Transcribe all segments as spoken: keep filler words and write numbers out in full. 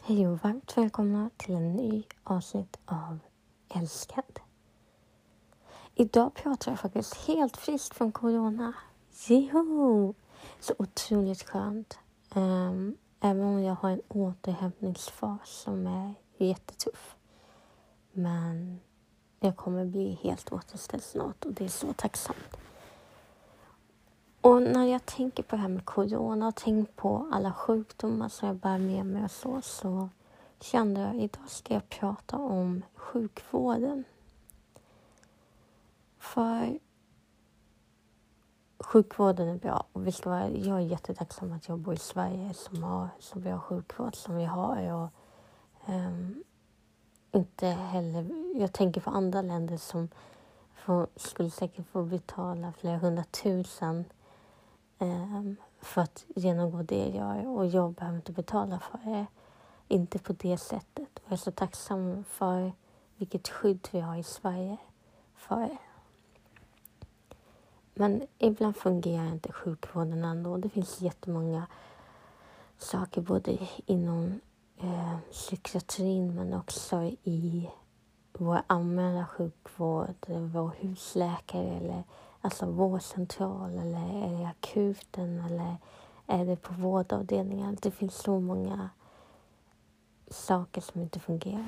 Hej och varmt välkomna till en ny avsnitt av Älskad. Idag pratar jag faktiskt helt frisk från corona. Jo! Så otroligt skönt. Um, även om jag har en återhämtningsfas som är jättetuff. Men jag kommer bli helt återställd snart och det är så tacksamt. Och när jag tänker på det här med corona och tänker på alla sjukdomar som jag bär med mig och så, så kände jag idag ska jag prata om sjukvården. För sjukvården är bra och vi ska vara, jag är jättetacksam att jag bor i Sverige som har så bra sjukvård som vi har. Och, um, inte heller, jag tänker på andra länder som får, skulle säkert få betala flera hundratusen um, för att genomgå det jag gör, och jag behöver inte betala för det. Inte på det sättet. Och jag är så tacksam för vilket skydd vi har i Sverige för det. Men ibland fungerar inte sjukvården ändå. Det finns jättemånga saker både inom eh, psykiatrin men också i vår allmänna sjukvård, vår husläkare eller alltså vårdcentral, eller är det akuten eller är det på vårdavdelningen. Det finns så många saker som inte fungerar.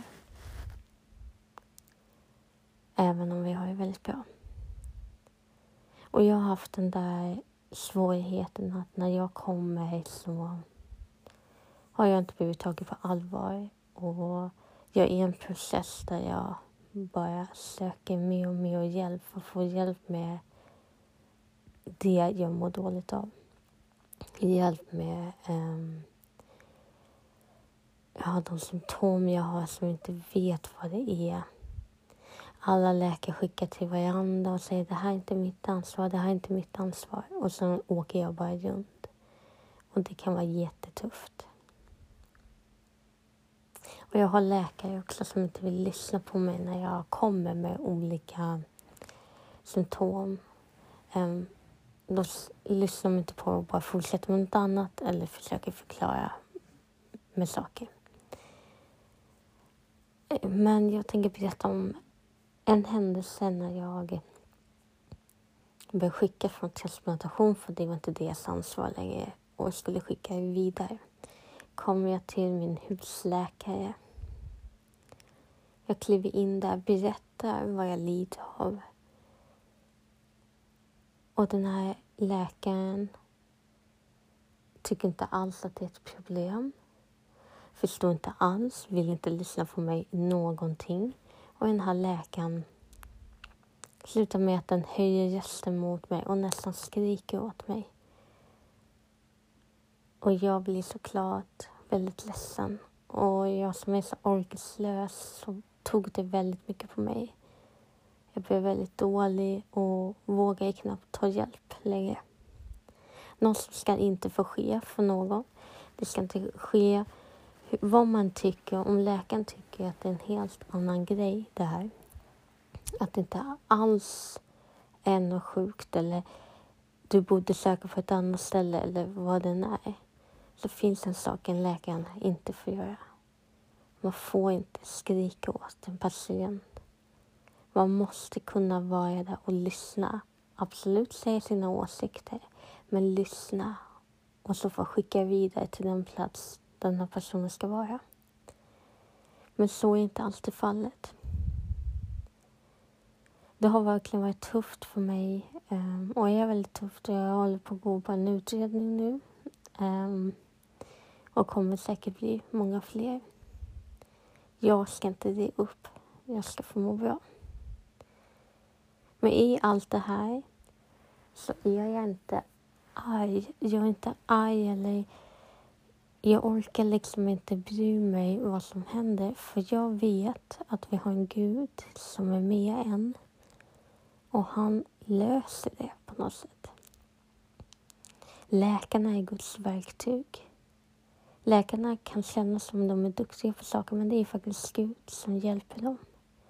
Även om vi har det väldigt bra. Och jag har haft den där svårigheten att när jag kommer så har jag inte blivit taget på allvar. Och jag är i en process där jag bara söker mer och mer hjälp för att få hjälp med det jag mår dåligt av. Hjälp med um, ja, de symptom jag har som inte vet vad det är. Alla läkare skickar till varandra och säger det här är inte mitt ansvar, det här är inte mitt ansvar. Och så åker jag bara runt. Och det kan vara jättetufft. Och jag har läkare också som inte vill lyssna på mig när jag kommer med olika symptom. Um, då lyssnar de inte på och bara fortsätter med något annat eller försöker förklara med saker. Men jag tänker berätta om en händelse när jag började skicka från transplantation, för det var inte deras ansvar längre, och skulle skicka vidare. Kommer jag till min husläkare. Jag kliver in där, berättar vad jag lider av. Och den här läkaren tycker inte alls att det är ett problem. Förstår inte alls, vill inte lyssna på mig någonting. Och den här läkaren slutar med att den höjer rösten mot mig och nästan skriker åt mig. Och jag blir såklart väldigt ledsen. Och jag som är så orkeslös så tog det väldigt mycket på mig. Jag blev väldigt dålig och vågade knappt ta hjälp längre. Något som ska inte få ske för någon. Det ska inte ske vad man tycker. Om läkaren tycker att det är en helt annan grej det här. Att det inte alls är något sjukt eller du borde söka på ett annat ställe eller vad det är. Så finns en sak en läkaren inte får göra. Man får inte skrika åt en patient. Man måste kunna vara där och lyssna. Absolut säga sina åsikter. Men lyssna. Och så får skicka vidare till den plats där den här personen ska vara. Men så är inte alltid fallet. Det har verkligen varit tufft för mig. Um, och är väldigt tufft. Jag håller på att gå på en utredning nu. Um, och kommer säkert bli många fler. Jag ska inte ge upp. Jag ska få må bra. Men i allt det här så är jag inte arg. Jag är inte arg eller jag orkar liksom inte bry mig vad som händer. För jag vet att vi har en Gud som är med en. Och han löser det på något sätt. Läkarna är Guds verktyg. Läkarna kan känna som de är duktiga på saker, men det är faktiskt Gud som hjälper dem.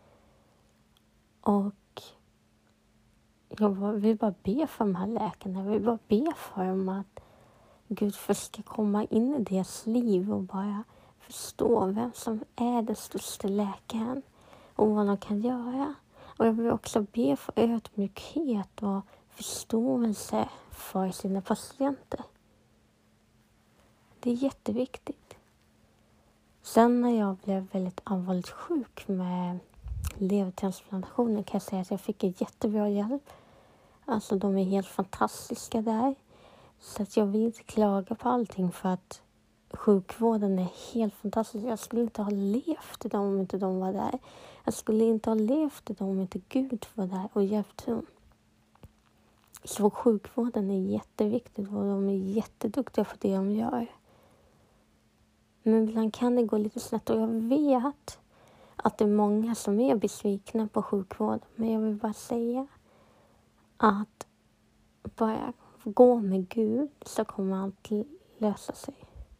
Och jag vill bara be för de här läkarna. Jag vill bara be för dem att Gud först ska komma in i deras liv och bara förstå vem som är den största läkaren och vad de kan göra. Och jag vill också be för ödmjukhet och förståelse för sina patienter. Det är jätteviktigt. Sen när jag blev väldigt allvarligt sjuk med levertransplantationen kan jag säga att jag fick en jättebra hjälp. Alltså de är helt fantastiska där. Så att jag vill inte klaga på allting för att sjukvården är helt fantastisk. Jag skulle inte ha levt idag om inte de var där. Jag skulle inte ha levt idag om inte Gud var där och hjälpte dem. Så sjukvården är jätteviktig och de är jätteduktiga på det de gör. Men ibland kan det gå lite snett och jag vet att det är många som är besvikna på sjukvården. Men jag vill bara säga att bara gå med Gud så kommer allt lösa sig.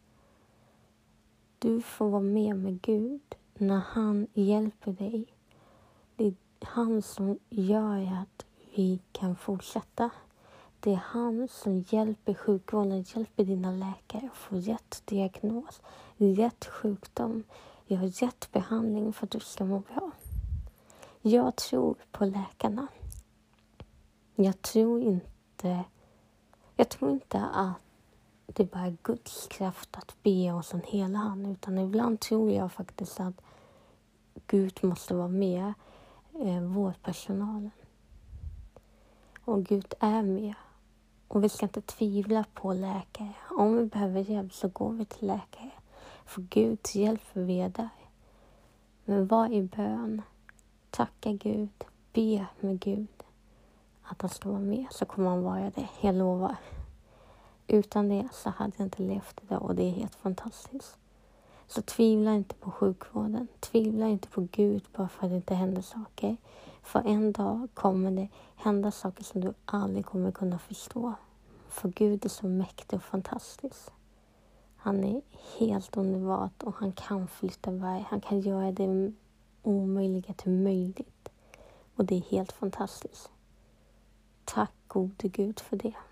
Du får vara med med Gud när han hjälper dig. Det är han som gör att vi kan fortsätta. Det är han som hjälper sjukvården, hjälper dina läkare att få rätt diagnos, rätt sjukdom, gör rätt behandling för att du ska må bra. Jag tror på läkarna. Jag tror inte, jag tror inte att det är bara Guds kraft att be oss en hela hand, utan ibland tror jag faktiskt att Gud måste vara med eh, vårdpersonalen. Och Gud är med. Och vi ska inte tvivla på läkare. Om vi behöver hjälp så går vi till läkare. För Guds hjälp vi är där. Men var i bön. Tacka Gud. Be med Gud. Att han ska vara med. Så kommer han vara det. Jag lovar. Utan det så hade jag inte levt idag. Och det är helt fantastiskt. Så tvivla inte på sjukvården. Tvivla inte på Gud bara för att det inte händer saker. För en dag kommer det hända saker som du aldrig kommer kunna förstå. För Gud är så mäktig och fantastisk. Han är helt underbart och han kan flytta berg. Han kan göra det omöjliga till möjligt. Och det är helt fantastiskt. Tack gode Gud för det.